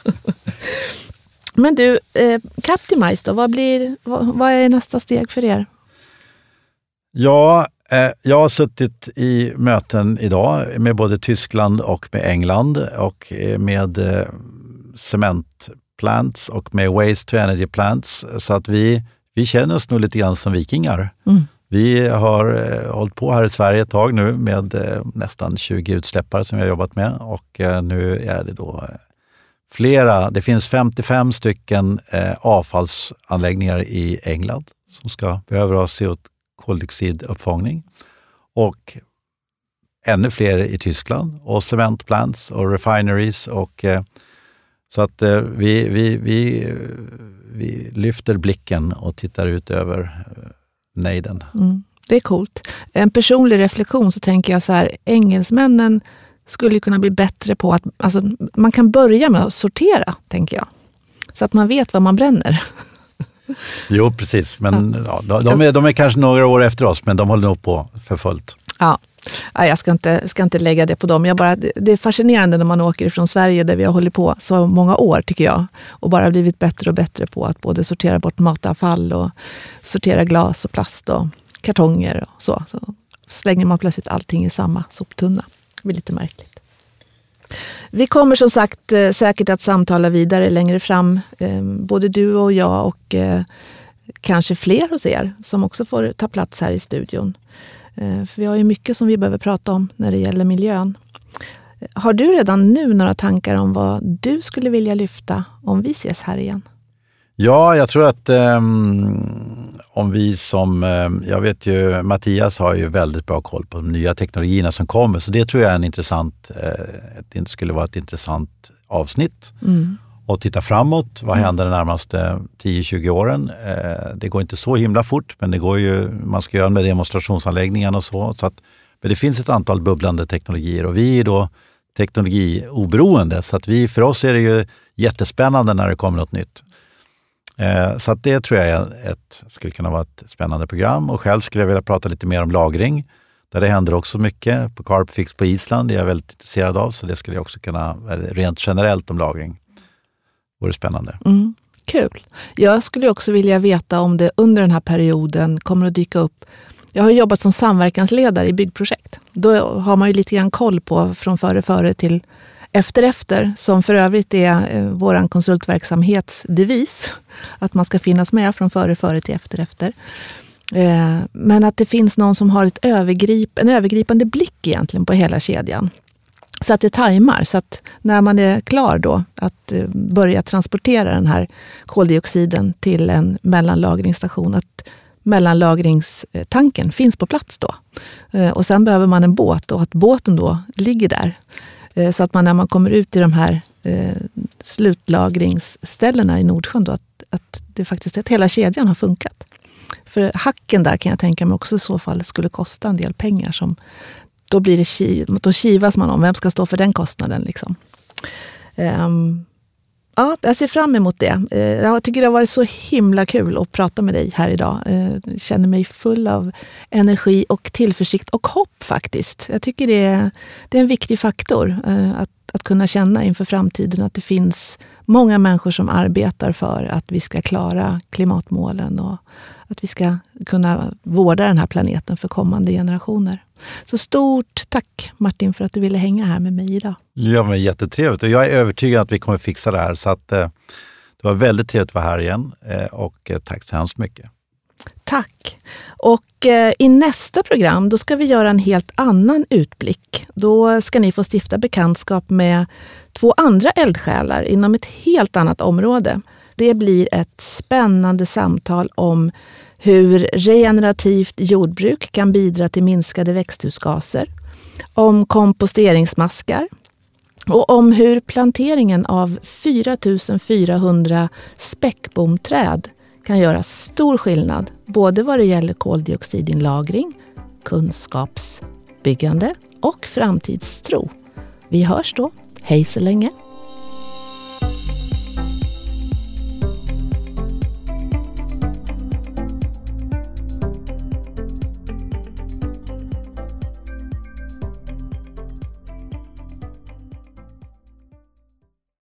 Men du, eh, Captimize då, vad, blir, vad, vad är nästa steg för er? Ja, eh, jag har suttit i möten idag med både Tyskland och med England och med eh, cementplants och med waste to energy plants. Så att vi, vi känner oss nog lite grann som vikingar. Mm. Vi har eh, hållit på här i Sverige ett tag nu med eh, nästan tjugo utsläppare som vi har jobbat med och eh, nu är det då eh, flera, det finns femtiofem stycken eh, avfallsanläggningar i England som ska behöver ha C O koldioxiduppfångning och ännu fler i Tyskland och cementplants och refineries och eh, så att eh, vi, vi, vi, vi lyfter blicken och tittar ut över eh, nejden. Mm, det är coolt. En personlig reflektion så tänker jag så här, engelsmännen skulle kunna bli bättre på att, alltså man kan börja med att sortera, tänker jag. Så att man vet vad man bränner. Jo, precis. Men ja. Ja, de, de, är, de är kanske några år efter oss, men de håller nog på för fullt. Ja, jag ska inte, ska inte lägga det på dem. Jag bara, det är fascinerande när man åker från Sverige där vi har hållit på så många år tycker jag. Och bara blivit bättre och bättre på att både sortera bort matavfall och sortera glas och plast och kartonger och så. Så slänger man plötsligt allting i samma soptunna. Det blir lite märkligt. Vi kommer som sagt säkert att samtala vidare längre fram. Både du och jag och kanske fler hos er som också får ta plats här i studion. För vi har ju mycket som vi behöver prata om när det gäller miljön. Har du redan nu några tankar om vad du skulle vilja lyfta om vi ses här igen? Ja, jag tror att um, om vi som, eh, jag vet ju, Mattias har ju väldigt bra koll på de nya teknologierna som kommer, så det tror jag är en intressant, eh, det skulle vara ett intressant avsnitt. Mm. Och titta framåt, vad händer de närmaste tio till tjugo åren? Eh, det går inte så himla fort, men det går ju, man ska göra med demonstrationsanläggningarna och så. så att, men det finns ett antal bubblande teknologier och vi är då teknologioberoende, så att vi, för oss är det ju jättespännande när det kommer något nytt. Eh, så att det tror jag är ett, skulle kunna vara ett spännande program. Och själv skulle jag vilja prata lite mer om lagring, där det händer också mycket. På Carbfix på Island är jag väldigt intresserad av, så det skulle jag också kunna, rent generellt om lagring. Vore spännande. Mm, kul. Jag skulle också vilja veta om det under den här perioden kommer att dyka upp. Jag har jobbat som samverkansledare i byggprojekt. Då har man ju lite grann koll på från före före till efter efter, som för övrigt är eh, våran konsultverksamhetsdevis. Att man ska finnas med från före före till efter efter. Eh, men att det finns någon som har ett övergrip, en övergripande blick egentligen på hela kedjan. Så att det tajmar, så att när man är klar då att börja transportera den här koldioxiden till en mellanlagringsstation, att mellanlagringstanken finns på plats då. Och sen behöver man en båt och att båten då ligger där. Så att man när man kommer ut i de här slutlagringsställena i Nordsjön då, att, att det faktiskt att hela kedjan har funkat. För hacken där kan jag tänka mig också i så fall skulle kosta en del pengar som Då, blir det, då kivas man om vem ska stå för den kostnaden. Liksom. Um, ja, jag ser fram emot det. Uh, jag tycker det har varit så himla kul att prata med dig här idag. Uh, jag känner mig full av energi och tillförsikt och hopp faktiskt. Jag tycker det är, det är en viktig faktor uh, att, att kunna känna inför framtiden att det finns många människor som arbetar för att vi ska klara klimatmålen och att vi ska kunna vårda den här planeten för kommande generationer. Så stort tack Martin för att du ville hänga här med mig idag. Ja, men jättetrevligt och jag är övertygad att vi kommer fixa det här, så att eh, det var väldigt trevligt att vara här igen eh, och eh, tack så hemskt mycket. Tack. Och eh, i nästa program då ska vi göra en helt annan utblick. Då ska ni få stifta bekantskap med två andra eldsjälar inom ett helt annat område. Det blir ett spännande samtal om hur regenerativt jordbruk kan bidra till minskade växthusgaser, om komposteringsmaskar och om hur planteringen av fyra tusen fyrahundra späckbomträd kan göra stor skillnad både vad det gäller koldioxidinlagring, kunskapsbyggande och framtidstro. Vi hörs då. Hej så länge!